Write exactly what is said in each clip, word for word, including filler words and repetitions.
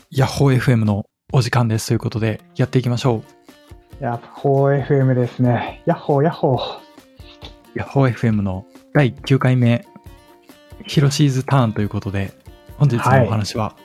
ヤッホー エフエム のお時間ですということでやっていきましょう。 ヤッホー エフエム ですね。ヤッホーヤッホー。 ヤッホー エフエム のだいきゅうかいめヒロシーズターンということで本日のお話は、はい、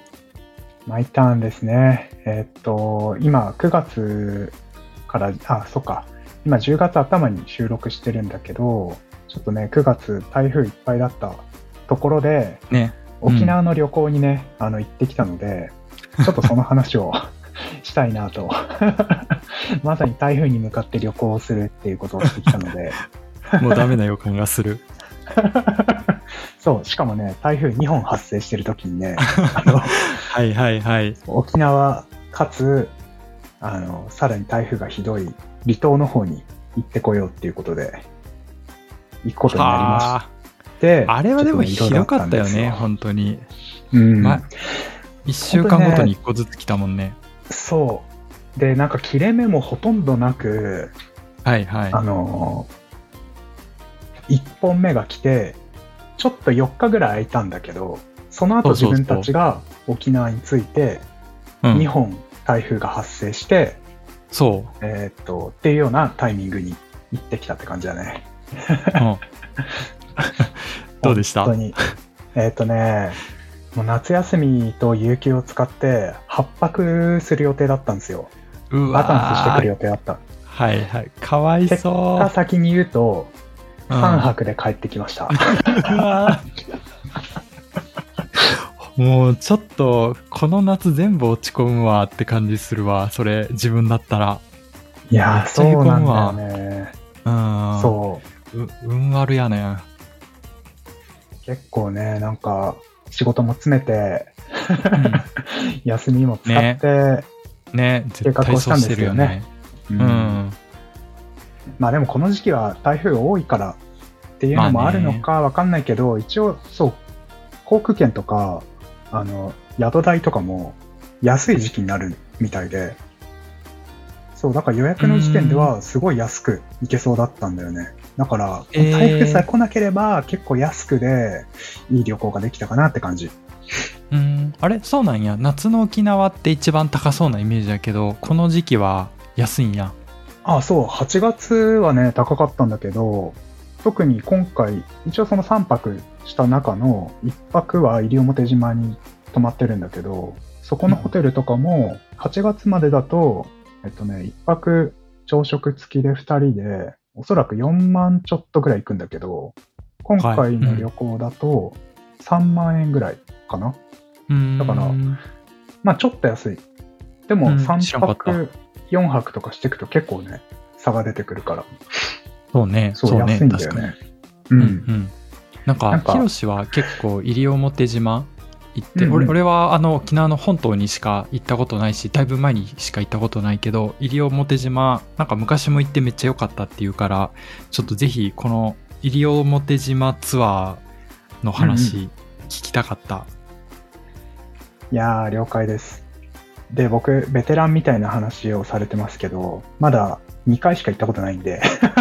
マイターンですね。えー、っと今くがつからあそっか今じゅうがつ頭に収録してるんだけど、ちょっとねくがつ台風いっぱいだったところで、ねうん、沖縄の旅行にねあの行ってきたのでちょっとその話をしたいなとまさに台風に向かって旅行をするっていうことをしてきたのでもうダメな予感がするそうしかもね台風にほん発生してる時にねあのはいはいはい沖縄かつあのさらに台風がひどい離島の方に行ってこようっていうことで行くことになりまして、 あれはでもひどかったよね本当に、 うんまいっしゅうかんごとにいっこずつ来たもんね。 そうでなんか切れ目もほとんどなく、 はいはい、 あのいっぽんめが来てちょっとよっかぐらい空いたんだけど、その後自分たちが沖縄に着いてにほん台風が発生して、 うん、そう、 えー、っとっていうようなタイミングに行ってきたって感じだね、うん、 どうでした？ 本当にえー、っとねもう夏休みと有給を使ってはっぱくする予定だったんですよ。 うわバカンスしてくる予定だった。 はいはい、かわいそう。結果先に言うとさんぱくで帰ってきました、 うん、もうちょっとこの夏全部落ち込むわって感じするわ。それ自分だったらいやーそうなんだよね。 うんそうう運悪やね。 結構ねなんか仕事も詰めて、うん、休みも使ってね計画をしたんですよね。 うんうん、 まあでもこの時期は台風が多いからっていうのもあるのかわかんないけど、まあ、一応そう航空券とかあの宿代とかも安い時期になるみたいで、そうだから予約の時点ではすごい安く行けそうだったんだよね。だから台風さえ来なければ結構安くでいい旅行ができたかなって感じ。 うーんあれそうなんや。夏の沖縄って一番高そうなイメージだけどこの時期は安いんや。 ああそうはちがつはね高かったんだけど、特に今回一応そのさんぱくした中のいっぱくは西表島に泊まってるんだけど、そこのホテルとかもはちがつまでだと、えっとねいっぱく朝食付きでふたりでおそらくよんまんちょっとぐらい行くんだけど、今回の旅行だとさんまんえんぐらいかな、 うん、 だからまあちょっと安い。でもさんぱくよんはくとかしていくと結構ね差が出てくるから、 そうねそう、そうね、安いんだよね。 うん、うん、なんかヒロシは結構西表島行って、うんうん、俺, 俺はあの沖縄の本島にしか行ったことないし、だいぶ前にしか行ったことないけど、西表島なんか昔も行ってめっちゃ良かったっていうから、ちょっとぜひこの西表島ツアーの話聞きたかった、うんうん、 いやー了解です。で僕ベテランみたいな話をされてますけど、まだにかいしか行ったことないんで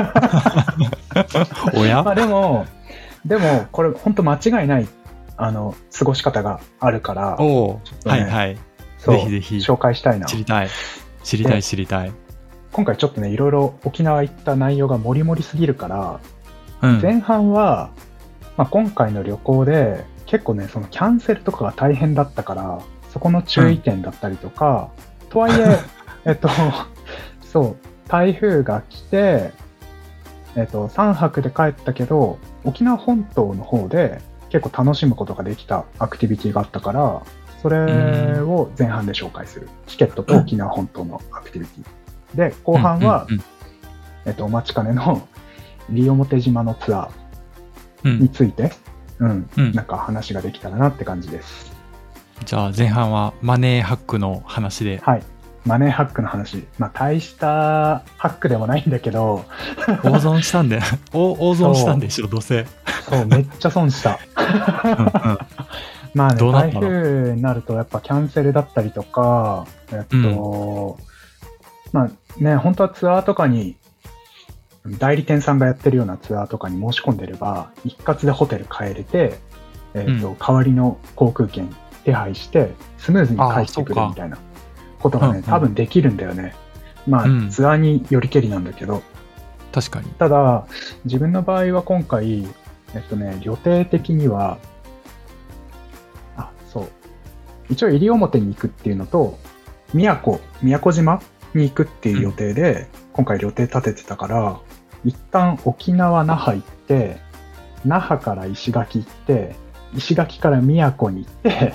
おや、 まあ、でもでもこれ本当間違いないあの過ごし方があるから、 お、ね、はいはい、ぜひぜひ紹介したいな。 知りたい知りたい知りたい。 今回ちょっとねいろいろ沖縄行った内容がもりもりすぎるから、うん、前半は、まあ、今回の旅行で結構ねそのキャンセルとかが大変だったからそこの注意点だったりとか、うん、とはいええっとそう台風が来て、えっと、さんぱくで帰ったけど沖縄本島の方で結構楽しむことができたアクティビティがあったから、それを前半で紹介する。チケットと沖縄本島のアクティビティで、後半は、うんうんうん、えっと、お待ちかねの西表島のツアーについて、うんうんうん、なんか話ができたらなって感じです。 じゃあ前半はマネーハックの話で。 はい、マネーハックの話。まあ大したハックでもないんだけど大損したんだよ大損したんでしょどうせ。 そうめっちゃ損したうん、うん、まあね台風になるとやっぱキャンセルだったりとか、えっと、うん、まあね本当はツアーとかに代理店さんがやってるようなツアーとかに申し込んでれば一括でホテル変えれて、えっとうん、代わりの航空券手配してスムーズに帰ってくるみたいなことがね、多分できるんだよね。まあ、うん、ツアーによりけりなんだけど。 確かに。 ただ、自分の場合は今回、えっとね、予定的には、あ、そう。一応西表に行くっていうのと、宮古、宮古島に行くっていう予定で、うん、今回予定立ててたから、一旦沖縄那覇行って、那覇から石垣行って、石垣から宮古に行って、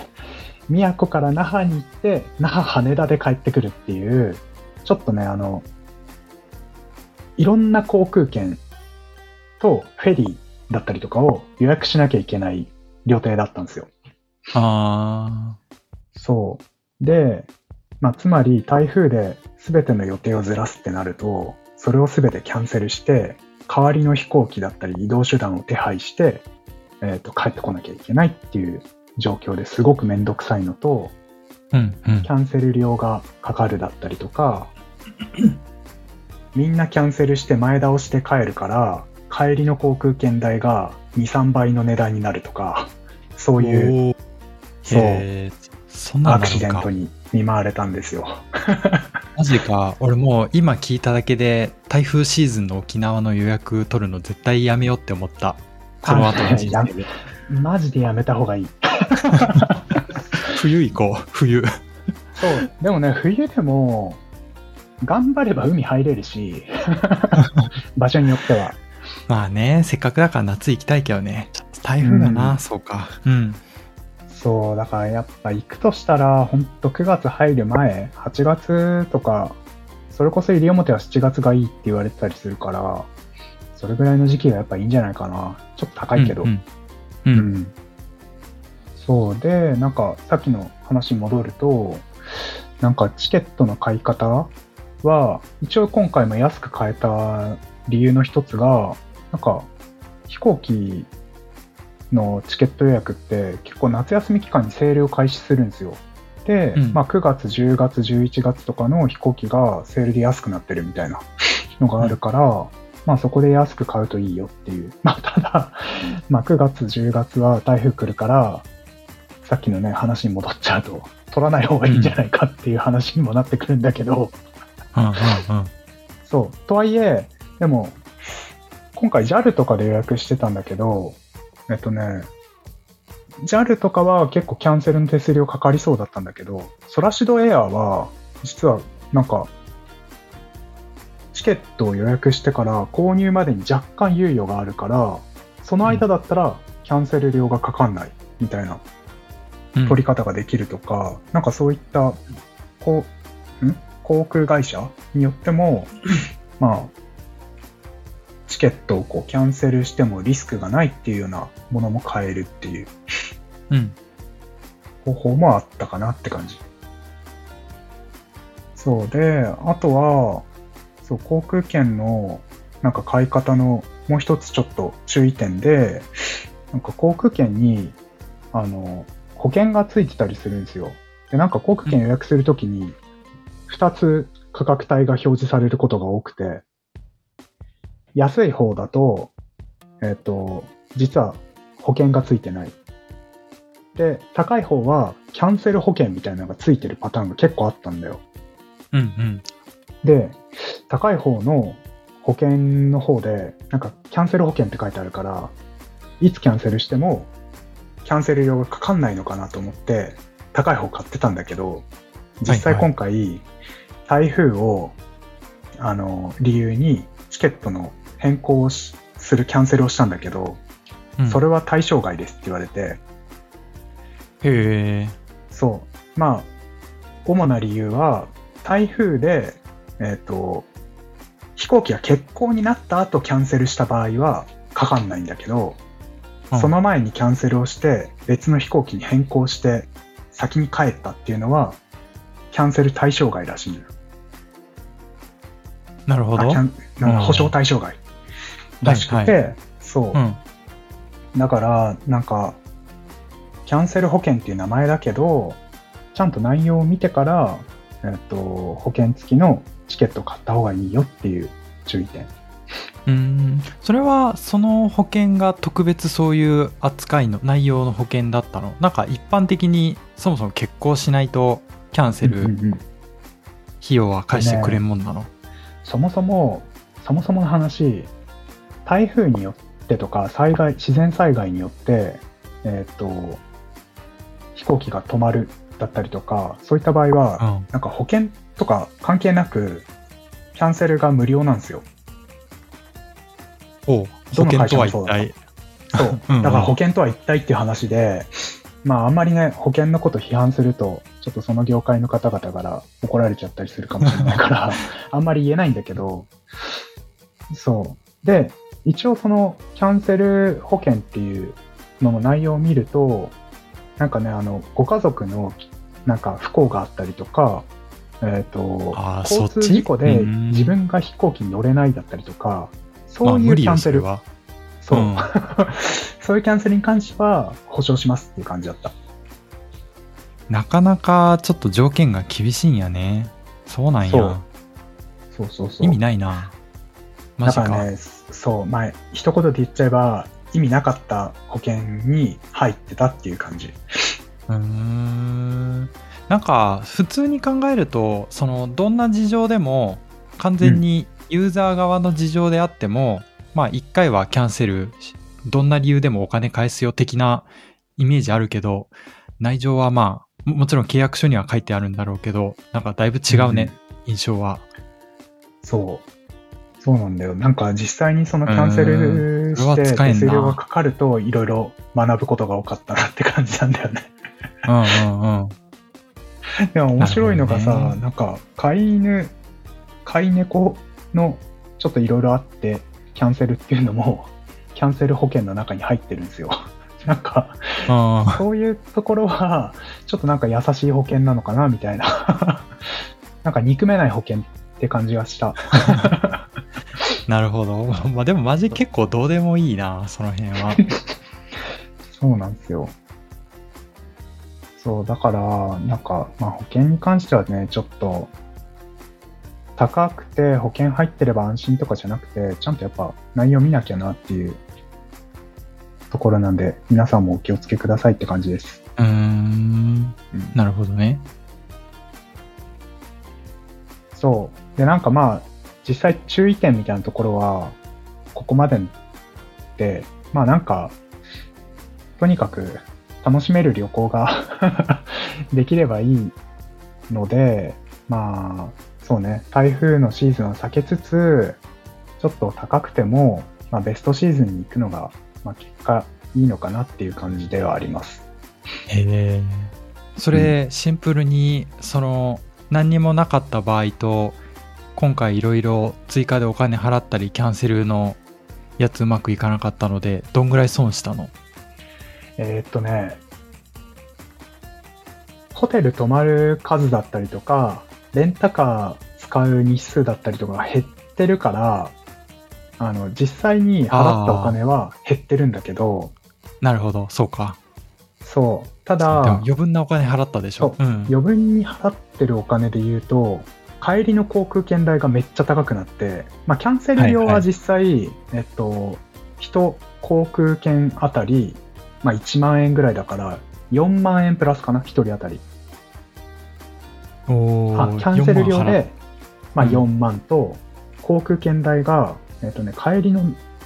宮古から那覇に行って、那覇羽田で帰ってくるっていう、ちょっとね、あの、いろんな航空券とフェリーだったりとかを予約しなきゃいけない予定だったんですよ。 ああ。 そう。で、まあ、つまり台風で全ての予定をずらすってなると、それを全てキャンセルして、代わりの飛行機だったり移動手段を手配して、えっと、帰ってこなきゃいけないっていう状況ですごくめんどくさいのと、 うんうん、 キャンセル料がかかるだったりとか、みんなキャンセルして前倒して帰るから、帰りの航空券代がに、さんばいの値段になるとか、そういう、そう、 そんなのアクシデントに見舞われたんですよ。 マジか。俺もう今聞いただけで台風シーズンの沖縄の予約取るの絶対やめようって思った。この後の人生で。 マジでやめた方がいい。 冬行こう、冬。 そう。でもね、冬でも、頑張れば海入れるし、場所によっては。 まあね、せっかくだから夏行きたいけどね。ちょっと台風だな、うん、そうか。うん。 そう、だからやっぱ行くとしたら、ほんとくがつ入る前、はちがつとか、それこそ西表はしちがつがいいって言われてたりするから、それぐらいの時期がやっぱいいんじゃないかな。ちょっと高いけど。 うん、うんうんうん。そうで、なんかさっきの話に戻ると、なんかチケットの買い方は、一応今回も安く買えた理由の一つが、なんか飛行機のチケット予約って結構夏休み期間にセールを開始するんですよ。で、うん、まあくがつ、じゅうがつ、じゅういちがつとかの飛行機がセールで安くなってるみたいなのがあるから、うん、まあそこで安く買うといいよっていう。まあただ、まあくがつ、じゅうがつは台風来るから、さっきのね話に戻っちゃうと、取らない方がいいんじゃないかっていう話にもなってくるんだけど、 うんうんうん、 そう。とはいえ、でも、今回 ジャル とかで予約してたんだけど、えっとね、ジャル とかは結構キャンセルの手数料かかりそうだったんだけど、ソラシドエアは、実はなんか、チケットを予約してから購入までに若干猶予があるから、その間だったらキャンセル料がかかんないみたいな取り方ができるとか、うん、なんかそういった、こう、ん航空会社によっても、まあ、チケットをこうキャンセルしてもリスクがないっていうようなものも買えるっていう、 うん、 方法もあったかなって感じ。そうで、あとは、そう、航空券のなんか買い方のもう一つちょっと注意点で、なんか航空券に、あの、保険がついてたりするんですよ。で、なんか航空券予約するときに、ふたつ価格帯が表示されることが多くて、安い方だと、えっと、実は保険がついてない。で、高い方はキャンセル保険みたいなのがついてるパターンが結構あったんだよ。 うんうん。 で、高い方の保険の方で、なんかキャンセル保険って書いてあるから、いつキャンセルしてもキャンセル料がかかんないのかなと思って、高い方買ってたんだけど、実際今回、はいはい、台風を、あの、理由にチケットの変更をするキャンセルをしたんだけど、うん、それは対象外ですって言われて。 へー。 そう。まあ、主な理由は、台風で、えっと、飛行機が欠航になった後キャンセルした場合はかかんないんだけど、うん、その前にキャンセルをして別の飛行機に変更して先に帰ったっていうのはキャンセル対象外らしいのよ。 なるほど。 キャンなんか保証対象外らしくて、はいはい、そう、うん、だからなんかキャンセル保険っていう名前だけどちゃんと内容を見てから、えっと、保険付きのチケットを買った方がいいよっていう注意点。 うーん、それはその保険が特別そういう扱いの内容の保険だったの？なんか一般的にそもそも欠航しないとキャンセル費用は返してくれんもんなの？ ね、そもそもそもそもの話、台風によってとか災害自然災害によってえっと飛行機が止まるだったりとか、そういった場合は、うん、なんか保険とか関係なくキャンセルが無料なんですよ。 お保険とは一体。 そう。だから保険とは一体っていう話で、まああんまりね、保険のこと批判すると、ちょっとその業界の方々から怒られちゃったりするかもしれないから、あんまり言えないんだけど、そう。で、一応そのキャンセル保険っていうのの内容を見ると、なんかね、あの、ご家族のなんか不幸があったりとか、えっと、交通事故で自分が飛行機に乗れないだったりとか、そういうキャンセル、 まあ、 そう、うん、そういうキャンセルに関しては保証しますっていう感じだった。 なかなかちょっと条件が厳しいんやね。そうなんや。 そうそうそうそう。 意味ないな。マジか。 だからね、そう、まあ一言で言っちゃえば意味なかった保険に入ってたっていう感じ。 うーん。なんか普通に考えると、そのどんな事情でも完全にユーザー側の事情であっても、うん、まあいっかいはキャンセル、どんな理由でもお金返すよ的なイメージあるけど、内情はまあもちろん契約書には書いてあるんだろうけど、なんかだいぶ違うね、うん、印象は。 そうそうなんだよ。なんか実際にそのキャンセルして手数料がかかるといろいろ学ぶことが多かったなって感じなんだよね。 うんうんうん。 でも面白いのがさ、な、ね、なんか飼い犬飼い猫のちょっといろいろあってキャンセルっていうのもキャンセル保険の中に入ってるんですよ。なんかそういうところはちょっとなんか優しい保険なのかなみたいななんか憎めない保険って感じがした。 なるほど。まあでもマジ結構どうでもいいな、その辺は。 そうなんですよ。そうだからなんかまあ保険に関してはね、ちょっと高くて保険入ってれば安心とかじゃなくて、ちゃんとやっぱ内容見なきゃなっていうところなんで、皆さんもお気をつけくださいって感じです。 うーん、うん、なるほどね。 そうで、なんかまあ実際注意点みたいなところはここまでで、まあなんかとにかく楽しめる旅行ができればいいので、まあそうね、台風のシーズンを避けつつ、ちょっと高くても、まあ、ベストシーズンに行くのが、まあ、結果いいのかなっていう感じではあります。 へえ。それ、うん、シンプルにその何にもなかった場合と、今回いろいろ追加でお金払ったりキャンセルのやつうまくいかなかったので、どんぐらい損したの？ えー、っとね、ホテル泊まる数だったりとか、レンタカー使う日数だったりとかが減ってるから、あの実際に払ったお金は減ってるんだけど。 なるほど、そうか。 そう。ただ、 でも余分なお金払ったでしょ。 そう、うん、余分に払ってるお金で言うと、帰りの航空券代がめっちゃ高くなって、まあキャンセル料は実際、はいはい、えっといち航空券あたり、まあいちまんえんぐらいだからよんまんえんプラスかな、ひとり当たり。 おあキャンセル料で、まあ、よんまんと、航空券代が、えっとね、帰りの、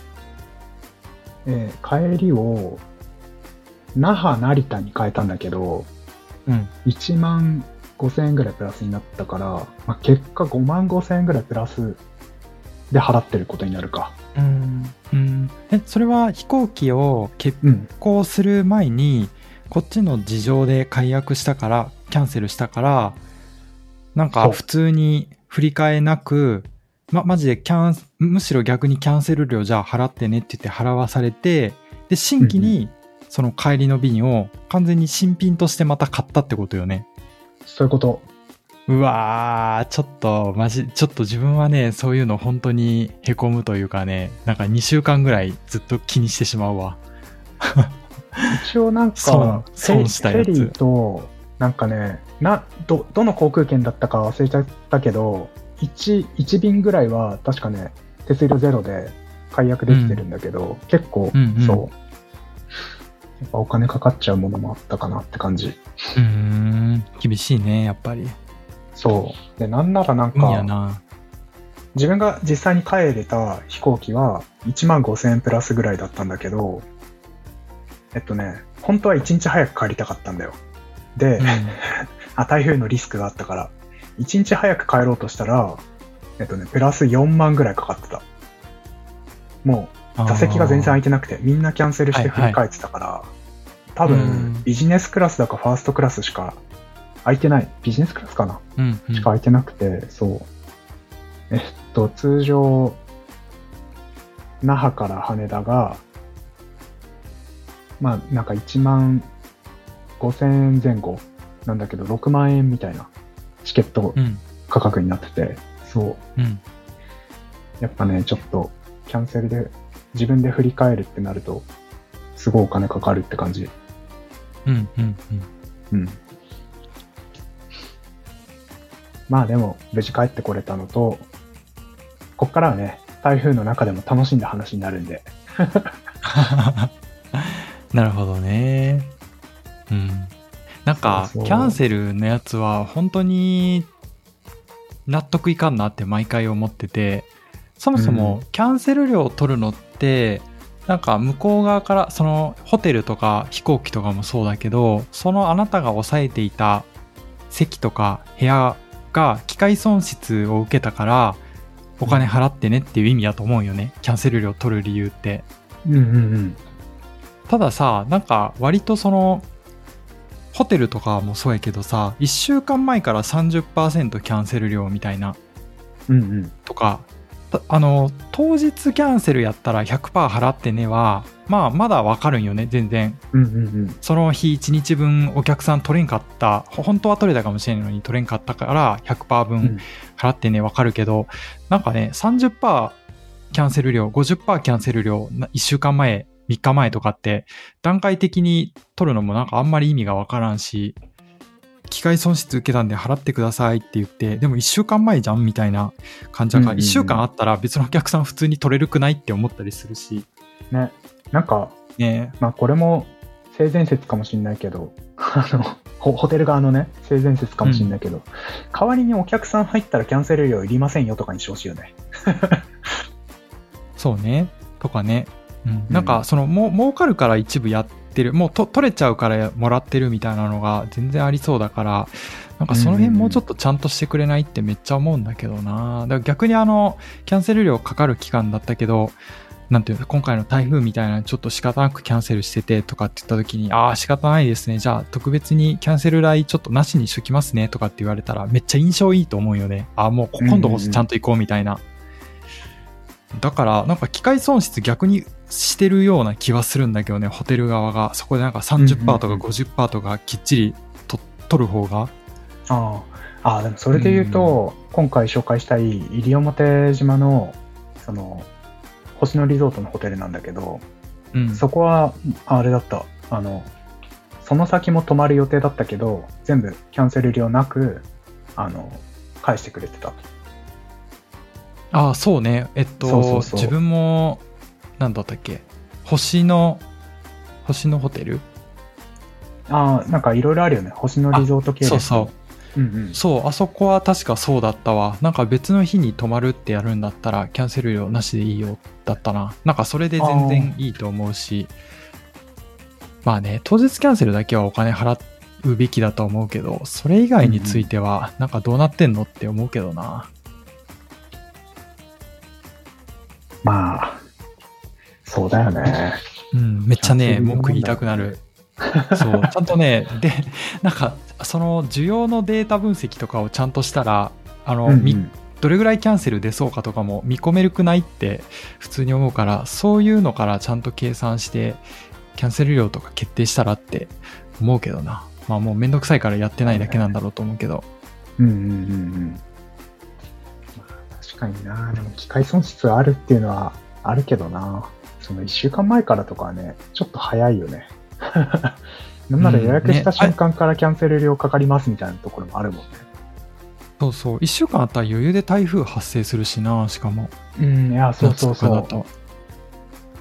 えー、帰りを那覇成田に変えたんだけど、うん、いちまんごせんえんぐらいプラスになったから、まあ、結果ごまんごせんえんぐらいプラスで払ってることになるか。 うんうん、えそれは飛行機を欠航する前に、うん、こっちの事情で解約したからキャンセルしたからなんか普通に振り替えなく、ま、マジでキャンむしろ逆にキャンセル料じゃあ払ってねって言って払わされて、で新規にその帰りの便を完全に新品としてまた買ったってことよね。 そういうこと。 うわー、ちょっとマジちょっと自分はね、そういうの本当にへこむというかね、なんかにしゅうかんぐらいずっと気にしてしまうわ。 一応なんか損したやつ。 フェリーとなんかね、な ど, どの航空券だったか忘れちゃったけど、1, 1便ぐらいは確かね手数料ゼロで解約できてるんだけど、うん、結構、うんうん、そう。やっぱお金かかっちゃうものもあったかなって感じ。 うーん、厳しいね、やっぱり。 そう。で、なんならなんか、 いやな。 自分が実際に帰れた飛行機はいちまんごせんえんプラスぐらいだったんだけど、えっとね、本当はいちにち早く帰りたかったんだよ。で、うん、あ、台風のリスクがあったから、いちにち早く帰ろうとしたら、えっとね、プラスよんまんぐらいかかってた。もう、座席が全然空いてなくて、みんなキャンセルして振り返ってたから、はいはい、多分、ビジネスクラスだかファーストクラスしか空いてない。ビジネスクラスかな、うんうん、しか空いてなくて、そう。えっと、通常、那覇から羽田が、まあ、なんかいちまんごせんえんぜん後なんだけど、ろくまんえんみたいなチケット価格になってて、うん、そう、うん。やっぱね、ちょっと、キャンセルで、自分で振り返るってなると、すごいお金かかるって感じ。 うんうんうん。うん。 まあでも、無事帰ってこれたのと、こっからはね、台風の中でも楽しんだ話になるんで。 なるほどね。うん。なんか、そうそう、キャンセルのやつは本当に納得いかんなって毎回思ってて、そもそもキャンセル料を取るのって、うん、なんか向こう側から、そのホテルとか飛行機とかもそうだけど、そのあなたが抑えていた席とか部屋が機械損失を受けたから、お金払ってねっていう意味だと思うよね。キャンセル料取る理由って。 うんうんうん。 たださ、なんか割とそのホテルとかもそうやけどさ、いっしゅうかんまえから さんじゅっパーセント キャンセル料みたいな、 うんうん、 とか、あの当日キャンセルやったら ひゃくパーセント 払ってねは、まあまだわかるんよね、全然、 うんうんうん、 その日いちにちぶんお客さん取れんかった、本当は取れたかもしれないのに取れんかったから ひゃくパーセント 分払ってねわかるけど、うん、なんかね さんじゅっパーセント キャンセル料 ごじゅっパーセント キャンセル料いっしゅうかんまえみっかまえとかって段階的に取るのもなんかあんまり意味がわからんし、機械損失受けたんで払ってくださいって言って、でもいっしゅうかんまえじゃんみたいな感じだから、いっしゅうかんあったら別のお客さん普通に取れるくないって思ったりするしね。なんかね、まあこれも性善説かもしれないけど、あのホテル側のね性善説かもしれないけど、うん、代わりにお客さん入ったらキャンセル料いりませんよとかにしてほしいよね。 そうね、とかね、うん、なんかそのも儲かるから一部やってる、もうと取れちゃうからもらってるみたいなのが全然ありそうだから、なんかその辺もうちょっとちゃんとしてくれないってめっちゃ思うんだけどな。だから逆にあのキャンセル料かかる期間だったけど、なんていうの、今回の台風みたいなちょっと仕方なくキャンセルしててとかって言った時に、ああ仕方ないですね、じゃあ特別にキャンセル代ちょっとなしにしときますねとかって言われたらめっちゃ印象いいと思うよね。ああもう今度こそちゃんと行こうみたいな。だからなんか機械損失逆にしてるような気はするんだけどね、ホテル側がそこでなんか さんじゅっパーセント とか ごじゅっパーセント とかきっちりと取る方が、 ああ、あでもそれで言うと、うん、今回紹介したい西表島のその星野リゾートのホテルなんだけど、うん、そこはあれだった、あのその先も泊まる予定だったけど全部キャンセル料なくあの返してくれてた。 ああそうね、えっとそうそうそう、自分もなんだったっけ、星の星のホテル、 ああなんかいろいろあるよね、星野リゾート系。 そうそう、うんうん、そうあそこは確かそうだったわ。なんか別の日に泊まるってやるんだったらキャンセル料なしでいいよだったな。なんかそれで全然いいと思うし、まあね当日キャンセルだけはお金払うべきだと思うけど、それ以外についてはなんかどうなってんのって思うけどな、うんうん、 まあそうだよね。 うん、めっちゃね文句言いたくなる。そうちゃんとねでなんかその需要のデータ分析とかをちゃんとしたら、あの、うんうん、どれぐらいキャンセル出そうかとかも見込めるくないって普通に思うから、そういうのからちゃんと計算してキャンセル料とか決定したらって思うけどな。まあもうめんどくさいからやってないだけなんだろうと思うけど。 うんうんうんうん。確かにな。でも機械損失あるっていうのはあるけどな。そのいっしゅうかんまえからとかはねちょっと早いよね。なんなら予約した瞬間からキャンセル料かかりますみたいなところもあるもんね。 そうそう、いっしゅうかんあったら余裕で台風発生するしな、しかも。 うん、いや、そうそうそう。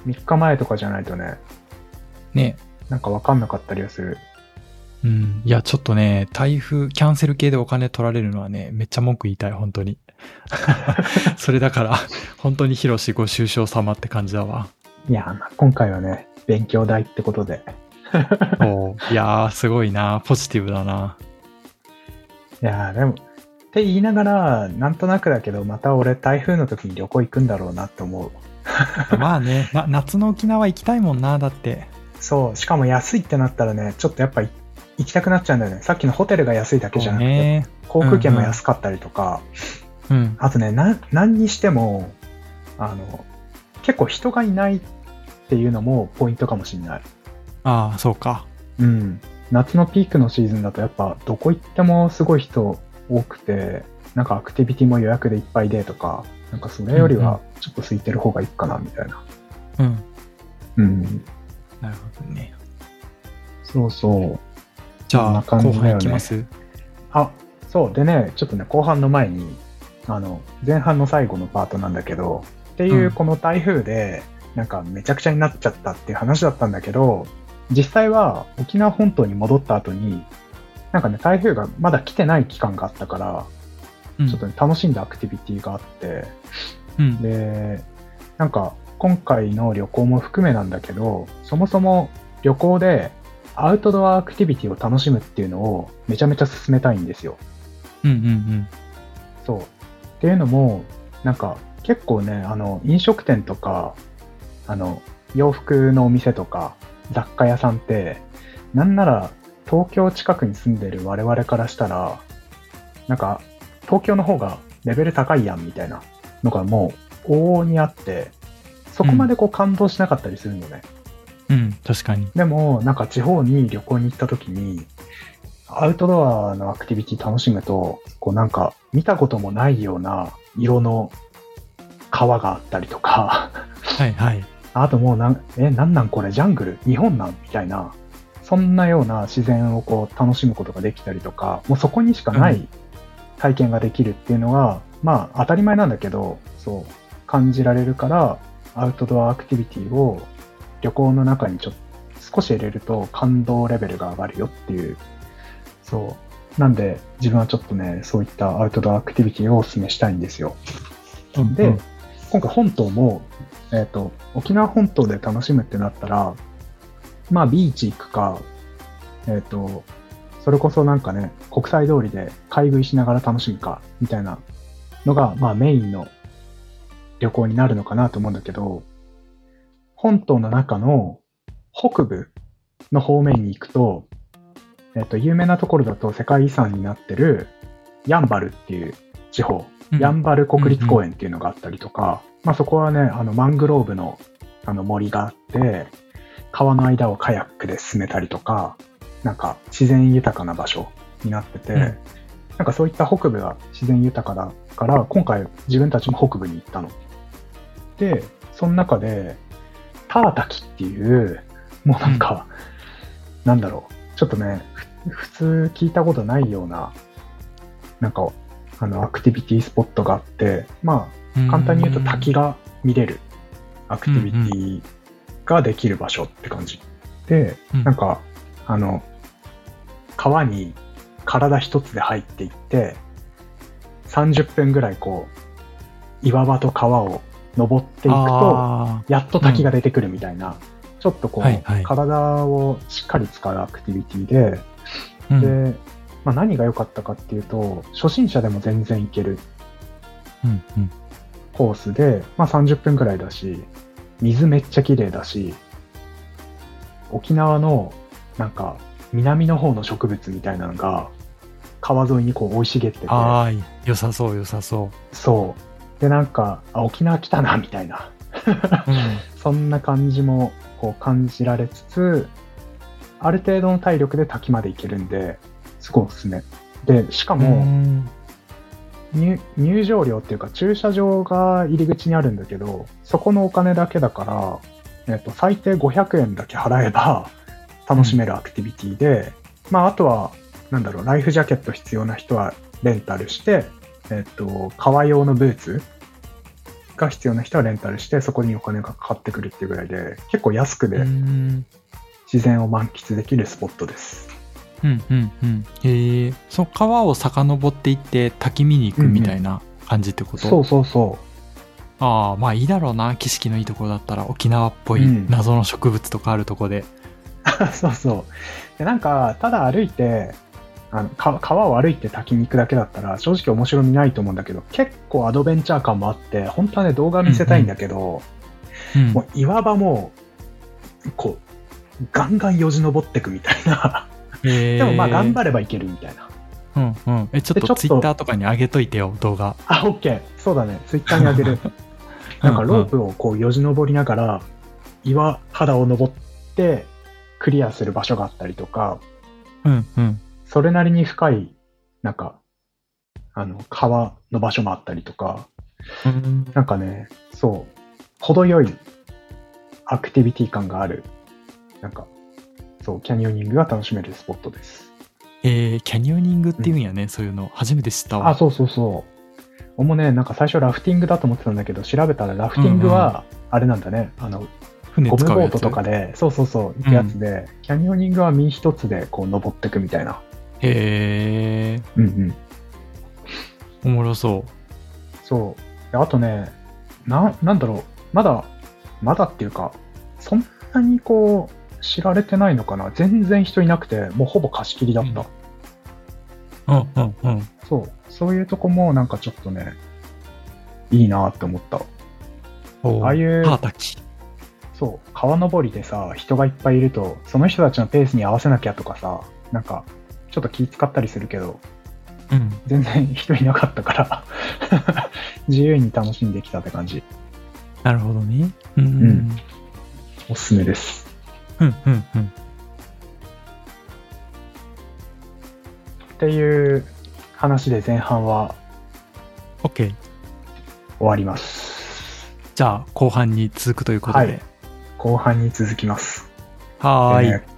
みっかまえとかじゃないとね、 ね。 なんか分かんなかったりはする。 うん。いや、ちょっとね、台風、キャンセル系でお金取られるのはね、めっちゃ文句言いたい、本当に。それだから、本当にヒロシご愁傷様って感じだわ。 いや、まあ、今回はね、勉強代ってことで。 おいやー、すごいな。ポジティブだな。 いやー、でも、って言いながら、なんとなくだけど、また俺台風の時に旅行行くんだろうなって思う。 まあねな、夏の沖縄行きたいもんな、だって。 そう、しかも安いってなったらね、ちょっとやっぱ行きたくなっちゃうんだよね。さっきのホテルが安いだけじゃなくて、ね、航空券も安かったりとか、 うん、うん、 あとね、な、何にしても、あの、結構人がいないっていうのもポイントかもしれない。 ああ、そうか。 うん。夏のピークのシーズンだとやっぱどこ行ってもすごい人多くて、なんかアクティビティも予約でいっぱいでとか、なんかそれよりはちょっと空いてる方がいいかなみたいな。 うん。 うん。 なるほどね。 そうそう。 じゃあ、ね、後半いきます？ あ、そうでね、ちょっとね、後半の前に、あの、前半の最後のパートなんだけど、っていうこの台風で、なんかめちゃくちゃになっちゃったっていう話だったんだけど、実際は沖縄本島に戻った後に、なんかね、台風がまだ来てない期間があったから、うん、ちょっとね、楽しんだアクティビティがあって、うん、で、なんか今回の旅行も含めなんだけど、そもそも旅行でアウトドアアクティビティを楽しむっていうのをめちゃめちゃ進めたいんですよ。 うんうんうん。 そう。っていうのも、なんか結構ね、あの、飲食店とか、あの、洋服のお店とか、雑貨屋さんって、なんなら東京近くに住んでる我々からしたら、なんか東京の方がレベル高いやんみたいなのがもう往々にあって、そこまでこう感動しなかったりするのね。 うん、うん、確かに。 でもなんか地方に旅行に行った時に、アウトドアのアクティビティ楽しむと、こうなんか見たこともないような色の川があったりとか、 はいはい。 あともうなん、え、なんなんこれジャングル日本なんみたいな、そんなような自然をこう楽しむことができたりとか、もうそこにしかない体験ができるっていうのが、うん、まあ当たり前なんだけど、そう、感じられるから、アウトドアアクティビティを旅行の中にちょっと少し入れると感動レベルが上がるよっていう、そう。なんで自分はちょっとね、そういったアウトドアアクティビティをお勧めしたいんですよ。うんうん、で、今回本島も、えっと、沖縄本島で楽しむってなったら、まあビーチ行くか、えっと、それこそなんかね、国際通りで買い食いしながら楽しむか、みたいなのが、まあメインの旅行になるのかなと思うんだけど、本島の中の北部の方面に行くと、えっと、有名なところだと世界遺産になってるやんばるっていう地方、うん、やんばる国立公園っていうのがあったりとか、うんうん、まあそこはね、あのマングローブのあの森があって、川の間をカヤックで進めたりとか、なんか自然豊かな場所になってて、うん、なんかそういった北部が自然豊かだから、今回自分たちも北部に行ったの。で、その中で、タータキっていう、もうなんか、うん、なんだろう、ちょっとね、普通聞いたことないような、なんか、あの、アクティビティスポットがあって、まあ、簡単に言うと滝が見れるアクティビティができる場所って感じ。で、なんか、あの、川に体一つで入っていって、さんじゅっぷんぐらいこう、岩場と川を登っていくと、やっと滝が出てくるみたいな、うん、ちょっとこう、はいはい、体をしっかり使うアクティビティで、うん、で、まあ、何が良かったかっていうと、初心者でも全然いけるコースで、まあ、さんじゅっぷんぐらいだし、水めっちゃ綺麗だし、沖縄のなんか南の方の植物みたいなのが川沿いにこう生い茂ってて、 ああ、良さそう良さそう。 そうで、なんかあ沖縄来たなみたいな、うん、そんな感じもこう感じられつつ、ある程度の体力で滝まで行けるんで、すごいおすすめで、しかも入, 入場料っていうか駐車場が入り口にあるんだけど、そこのお金だけだから、えっと、最低ごひゃくえんだけ払えば楽しめるアクティビティで、うん、まああとはなんだろう、ライフジャケット必要な人はレンタルして、えっと、革用のブーツが必要な人はレンタルして、そこにお金がかかってくるっていうぐらいで、結構安くで自然を満喫できるスポットです。 うんうんうん。へえ。その川を遡っていって滝見に行くみたいな感じってこと？ うんうん、そうそうそう。 ああ、まあいいだろうな。景色のいいところだったら、沖縄っぽい謎の植物とかあるとこで。 うん、そうそう。でなんかただ歩いてあの川を歩いて滝に行くだけだったら正直面白みないと思うんだけど、結構アドベンチャー感もあって、本当はね動画見せたいんだけど、うんうん、もう岩場もこうガンガンよじ登ってくみたいな。でもまあ頑張ればいけるみたいな。 うんうん。え、ちょっとツイッターとかに上げといてよ、動画。 あ、オッケー。そうだね。ツイッターに上げる。なんかロープをこうよじ登りながら岩肌を登ってクリアする場所があったりとか、 うんうん。 それなりに深いなんかあの川の場所もあったりとか、うん、なんかね、そう程よいアクティビティ感がある、なんかそうキャニオニングが楽しめるスポットです。 えー、キャニオニングって言うんやね、うん、そういうの初めて知ったわ。 あ、そうそうそう。俺もね、なんか最初ラフティングだと思ってたんだけど、調べたらラフティングはあれなんだね、うんうん、あの船ゴムボートとかで、そうそうそう行くやつで、うん、キャニオニングは身一つでこう登っていくみたいな。 へえ。 うんうん。 おもろそう。 そう。あとね、な、なんだろう、まだ、まだっていうか、そんなにこう、知られてないのかな。全然人いなくて、もうほぼ貸し切りだった。 うんうんうん。 そう。そういうとこもなんかちょっとね、いいなって思った。ああいう、 パータキ。 そう、川登りでさ、人がいっぱいいると、その人たちのペースに合わせなきゃとかさ、なんか、ちょっと気使ったりするけど、 うん、 全然人いなかったから自由に楽しんできたって感じ。 なるほどね。うん、うん、 おすすめです。 うんうんうん。 っていう話で前半は OK 終わります。 じゃあ後半に続くということで、はい、 後半に続きます。 はーい。